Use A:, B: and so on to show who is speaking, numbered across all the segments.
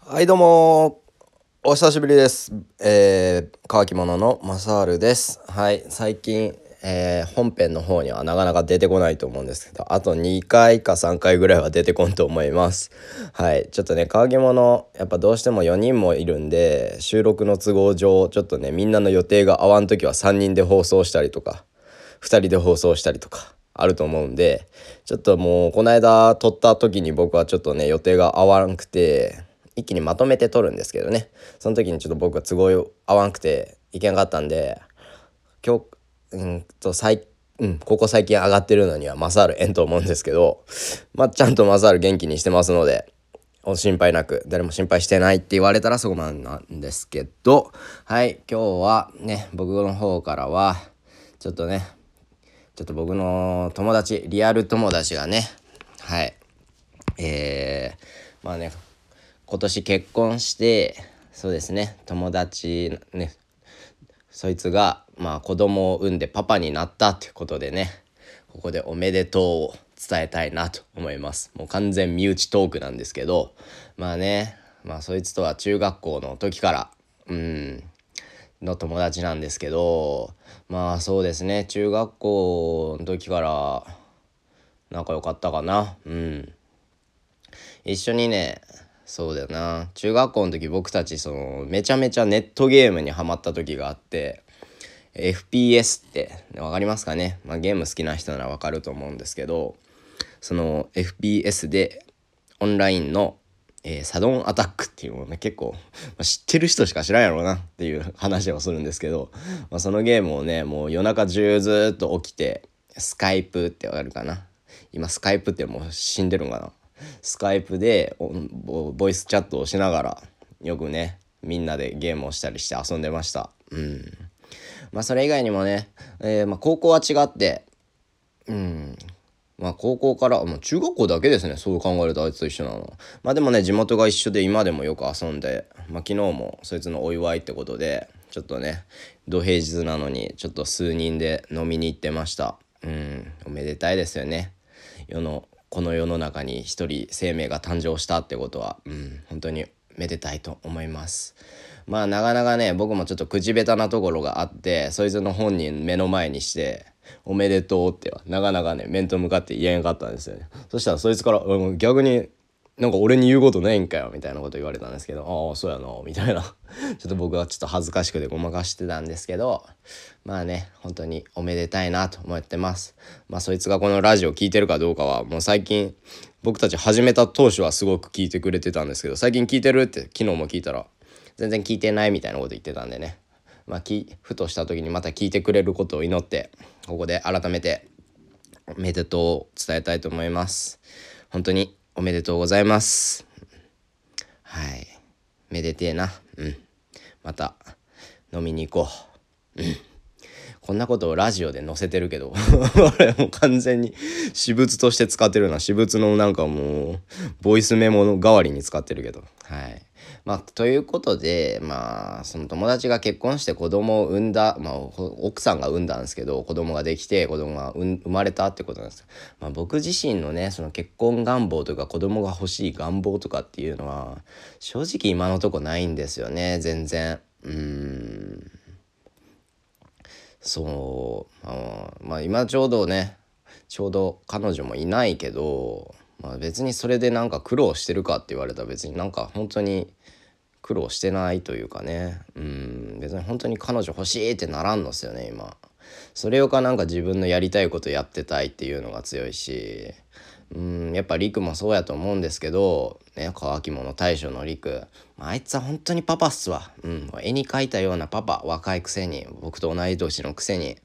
A: はいどうもお久しぶりです。乾き物のマサールです。はい、最近、本編の方にはなかなか出てこないと思うんですけど、あと2回か3回ぐらいは出てこんと思います。はい、ちょっとね乾き物やっぱどうしても4人もいるんで、収録の都合上ちょっとねみんなの予定が合わん時は3人で放送したりとか2人で放送したりとかあると思うんで、ちょっともうこの間撮った時に僕はちょっとね予定が合わんくて一気にまとめて撮るんですけどね、その時にちょっと僕は都合合わんくていけんかったんで、今日ここ最近上がってるのにはマサールえんと思うんですけど、ちゃんとマサール元気にしてますのでお心配なく、誰も心配してないって言われたらそこまでなんですけど、はい、今日はね僕の方からはちょっと僕の友達、リアル友達がね、はい、まあね、今年結婚して、そうですね、友達ね、そいつが子供を産んでパパになったっていうことでね、ここでおめでとうを伝えたいなと思います。もう完全身内トークなんですけど、そいつとは中学校の時からの友達なんですけど、そうですね、中学校の時から仲良かったかな。一緒にね、そうだよな、中学校の時僕たちめちゃめちゃネットゲームにハマった時があって、 FPS ってわかりますかね。ゲーム好きな人ならわかると思うんですけど、その FPS でオンラインの、サドンアタックっていうのをね、結構、知ってる人しか知らんやろうなっていう話をするんですけど、そのゲームをねもう夜中中ずっと起きて、スカイプってわかるかな。今スカイプってもう死んでるんかな。スカイプでボイスチャットをしながらよくねみんなでゲームをしたりして遊んでました。それ以外にもね、高校は違って、高校から、中学校だけですね、そう考えるとあいつと一緒なの。でもね地元が一緒で今でもよく遊んで、昨日もそいつのお祝いってことでちょっとね土平日なのにちょっと数人で飲みに行ってました。おめでたいですよね。この世の中に一人生命が誕生したってことは、本当にめでたいと思います。なかなかね僕もちょっと口下手なところがあって、そいつの本人目の前にしておめでとうってはなかなかね面と向かって言えんかったんですよね。そしたらそいつから、逆になんか俺に言うことないんかよみたいなこと言われたんですけど、ああそうやなみたいなちょっと僕はちょっと恥ずかしくてごまかしてたんですけど、本当におめでたいなと思ってます。そいつがこのラジオ聞いてるかどうかはもう最近僕たち始めた当初はすごく聞いてくれてたんですけど、最近聞いてるって昨日も聞いたら全然聞いてないみたいなこと言ってたんでね、ふとした時にまた聞いてくれることを祈ってここで改めておめでとうを伝えたいと思います。本当におめでとうございます。はい、めでてえな。また飲みに行こう。こんなことをラジオで載せてるけど俺もう完全に私物として使ってるな。私物のなんかもうボイスメモの代わりに使ってるけど、はい。ということで、その友達が結婚して子供を産んだ、奥さんが産んだんですけど、子供ができて子供が生まれたってことなんです。僕自身のねその結婚願望とか子供が欲しい願望とかっていうのは正直今のとこないんですよね、全然。今ちょうど彼女もいないけど、別にそれでなんか苦労してるかって言われたら別になんか本当に苦労してないというかね、別に本当に彼女欲しいってならんのっすよね今。それよかなんか自分のやりたいことやってたいっていうのが強いし、やっぱリクもそうやと思うんですけどね、乾き物大将のリク、あいつは本当にパパっすわ。絵に描いたようなパパ、若いくせに、僕と同い年のくせに、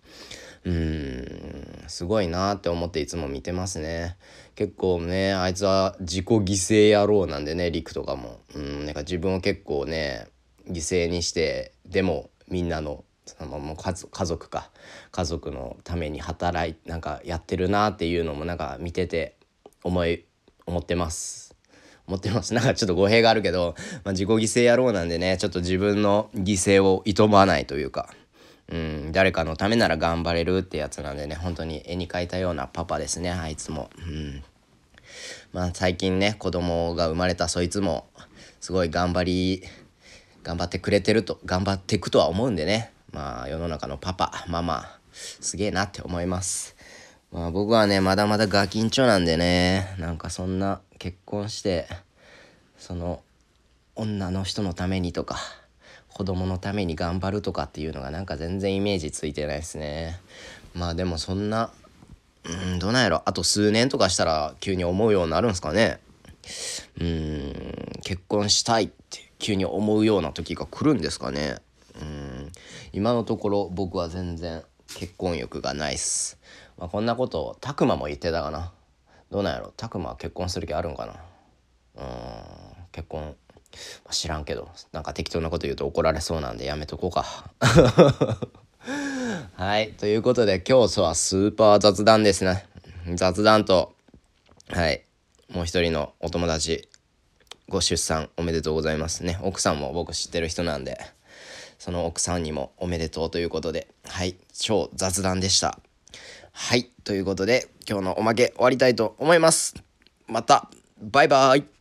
A: すごいなって思っていつも見てますね。結構ねあいつは自己犠牲野郎なんでね、リクとかもなんか自分を結構ね犠牲にしてでもみんなのもう家族のためになんかやってるなっていうのもなんか見てて思ってます。なんかちょっと語弊があるけど、自己犠牲野郎なんでね、ちょっと自分の犠牲をいとまないというか、誰かのためなら頑張れるってやつなんでね、本当に絵に描いたようなパパですね、あいつも。最近ね子供が生まれたそいつもすごい頑張ってくれてると、頑張っていくとは思うんでね、まあ世の中のパパママすげえなって思います。まあ僕はねまだまだガキンチョなんでね、なんかそんな結婚してその女の人のためにとか子供のために頑張るとかっていうのがなんか全然イメージついてないですね。まあでもそんなどうなんやろ、あと数年とかしたら急に思うようになるんすかね。結婚したいって急に思うような時が来るんですかね。今のところ僕は全然結婚欲がないっす。まあ、こんなことをたくまも言ってたかな。どうなんやろ、たくまは結婚する気あるんかな。結婚、知らんけどなんか適当なこと言うと怒られそうなんでやめとこうか。はいということで今日はスーパー雑談ですね。雑談とはいもう一人のお友達ご出産おめでとうございますね。奥さんも僕知ってる人なんでその奥さんにもおめでとうということで、はい超雑談でした。はいということで今日のおまけ終わりたいと思います。またバイバイ。